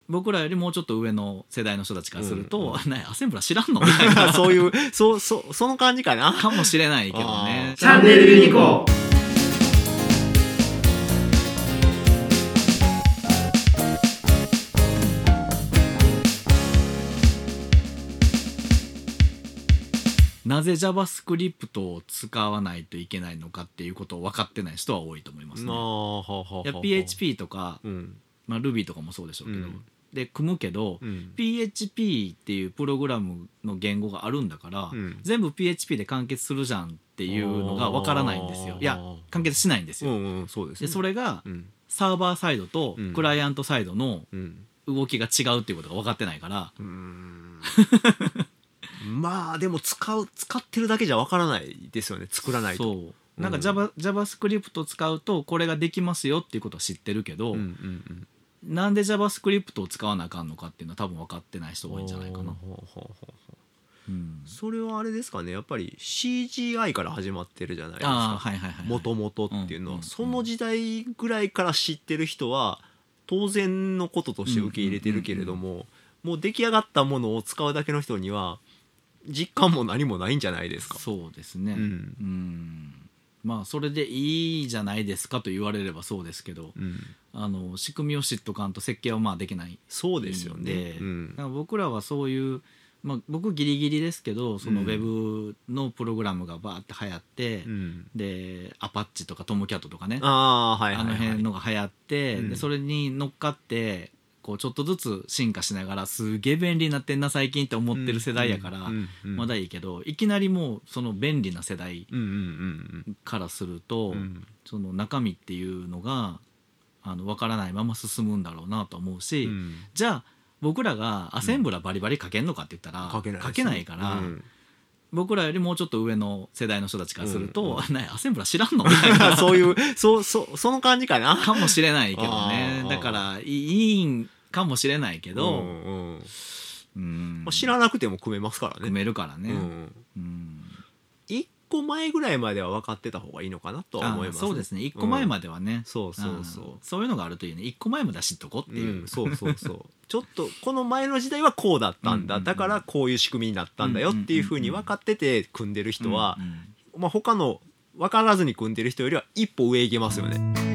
僕らよりもうちょっと上の世代の人たちからすると、ね、アセンブラ知らんのみたいなそういうその感じかなかもしれないけどね。 チャンネルユニコなぜ JavaScript を使わないといけないのかっていうことを分かってない人は多いと思いますね。いや PHP とか、Ruby とかもそうでしょうけど、で組むけど、PHP っていうプログラムの言語があるんだから、全部 PHP で完結するじゃんっていうのが分からないんですよ。いや完結しないんですよ。 そうですね。 でそれが、サーバーサイドとクライアントサイドの動きが違うっていうことが分かってないから、 まあでも使ってるだけじゃわからないですよね、作らないと。 そうなんか JavaScript を使うとこれができますよっていうことは知ってるけど、なんで JavaScript を使わなあかんのかっていうのは多分分かってない人多いんじゃないかな。 それはあれですかね、やっぱり CGI から始まってるじゃないですか、もともとっていうのは、その時代ぐらいから知ってる人は当然のこととして受け入れてるけれども、もう出来上がったものを使うだけの人には実感も何もないんじゃないですか。 そうですね、まあそれでいいじゃないですかと言われればそうですけど、仕組みを知っとかんと設計はまあできない。 そうですよね、 だから僕らはそういう、僕ギリギリですけど、そのウェブのプログラムがバーって流行って、でアパッチとかトムキャットとかね、あの辺のが流行って、でそれに乗っかってこうちょっとずつ進化しながらすげえ便利になってんな最近って思ってる世代やからまだいいけど、いきなりもうその便利な世代からすると、その中身っていうのが分からないまま進むんだろうなと思うし、じゃあ僕らがアセンブラバリバリ書けんのかって言ったら書けないから、僕らよりもうちょっと上の世代の人たちからすると、アセンブラ知らんのみたいなそういうその感じかなかもしれないけどね。だからいいんかもしれないけど、 知らなくても組めますからね。 組めるからね。 1個前ぐらいまでは分かってた方がいいのかなとは思います。 そうですね、1個前まではね、 そういうのがあるというね、1個前までは知っとこうっていう、 そうちょっとこの前の時代はこうだったんだ、だからこういう仕組みになったんだよっていうふうに分かってて組んでる人は、他の分からずに組んでる人よりは一歩上行けますよね。